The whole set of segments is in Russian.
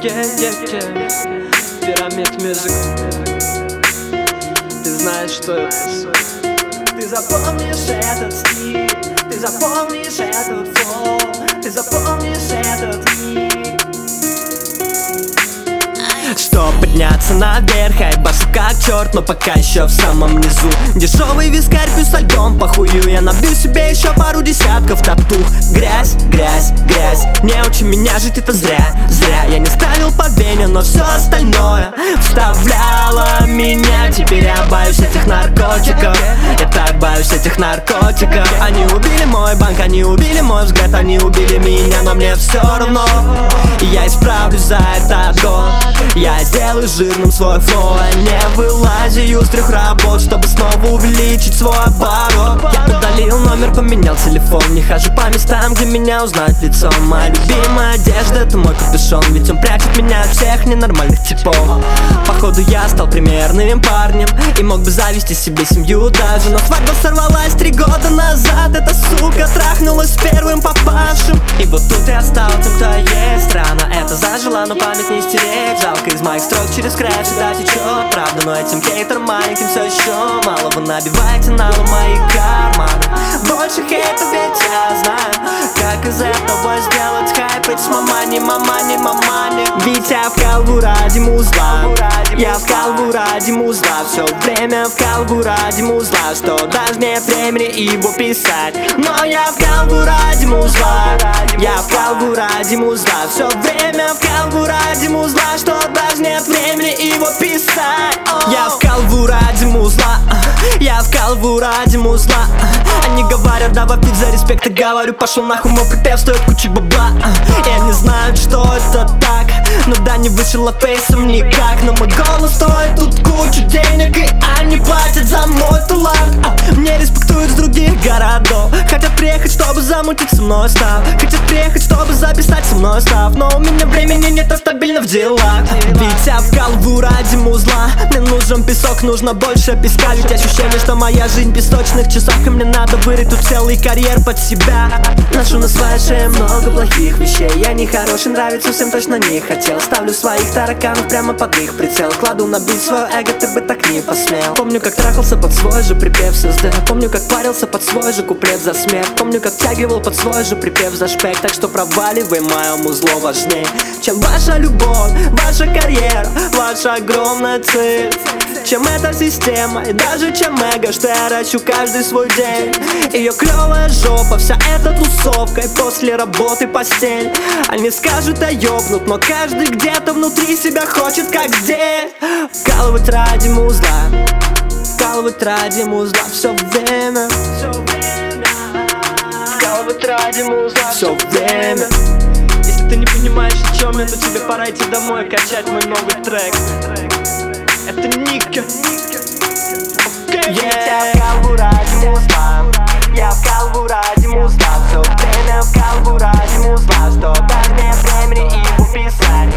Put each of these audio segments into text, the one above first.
Pyramid Music. Ты знаешь, что это? Ты запомнишь этот стиль, ты запомнишь этот флоу, ты запомнишь этот миг. Чтоб подняться наверх, айбашу как черт, но пока еще в самом низу. Дешевый вискарь плюс альбом, похую я набью себе еще пару десятков татух. Грязь, грязь, грязь, не учи меня жить, это зря, зря. Я не ставил по вене, но все остальное вставляло меня. Теперь я боюсь этих наркотиков, я так боюсь этих наркотиков. Они убили мой банк, они убили мой взгляд, они убили меня, но мне все равно. И я исправлюсь за этот год. Я сделаю жирным свой флоу, а не вылазию с 3 работ, чтобы снова увеличить свой оборот. Я удалил номер, поменял телефон, не хожу по местам, где меня узнают лицом. Моя любимая одежда — это мой капюшон, ведь он прячет меня от всех ненормальных типов. Походу я стал примерным парнем и мог бы завести себе семью даже, но свадьба сорвалась 3 года назад. Эта сука трахнулась с первым попавшим, и вот тут я стал тем, кто есть. Рано это зажила, но память не стереть. Жалко, из моих строк через край всегда течет правда, но этим хейтерам маленьким все еще мало. Вы набиваете на мои карманы. Больше хейта, ведь я знаю, как из этого сделать хайп. It's my money, my money, my money. Ведь я вкалываю ради музла, я вкалываю ради музла, все время вкалываю ради музла, что даже нет времени его писать. Но я вкалываю ради музла, я вкалываю ради музла, все время вкалываю ради музла, что даже нет времени его писать. Я вкалываю ради музла, я вкалываю ради музла. Они говорят, давай пить за респект, и говорю, пошел нахуй, мой припев стоит кучу бабла. Я не знаю, что это так, но да не вышел фейсом никак. Но мой голос стоит тут кучу денег, и они платят за мой талант. Мне респектуют с других городов, хотят приехать, чтобы замутить со мной став, хотят приехать, чтобы записать со мной став, но у меня времени нет, а стабильно в делах. Ведь я вкалываю ради музла, мне нужен песок, нужно больше песка. Ведь ощущение, что моя жизнь в песочных часах, и мне надо вырыть тут целый карьер под себя. Ношу на своей шее много плохих вещей, я не хороший, нравится всем, точно не хотел. Ставлю своих тараканов прямо под их прицел, кладу на бит свое эго, ты бы так не посмел. Помню, как трахался под свой же припев с СД, помню, как парился под свой же куплет за смех, помню, как тягивал под свой же припев за шпек. Так что проваливай, мое музло важнее, чем ваша любовь, ваша карьера, ваша огромная цель, чем эта система и даже чем эго, что я рачу каждый свой день. Ее клевая жопа, вся эта тусовка, и после работы постель. Они скажут, а ёбнут, но каждый где-то внутри себя хочет, как здесь. Вкалывать ради музла, вкалывать ради музла, все время. Вкалывать ради музла, все время. Если ты не понимаешь, о чем я, то тебе пора идти домой качать мой новый трек. Это Ника. Я вкалываю ради музла, я вкалываю ради музла, все время вкалываю ради музла, что даже нет времени его писать.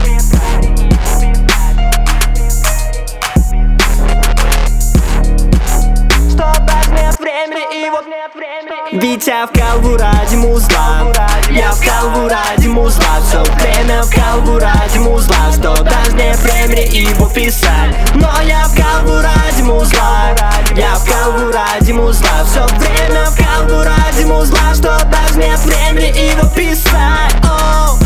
Что даже нет времени его. Ведь я вкалываю ради музла, я вкалываю ради музла, все время вкалываю ради музла, что даже нет времени его писать. Но я вкалываю ради музла, я вкалываю ради музла, все время вкалываю ради музла, что даже нет времени его писать.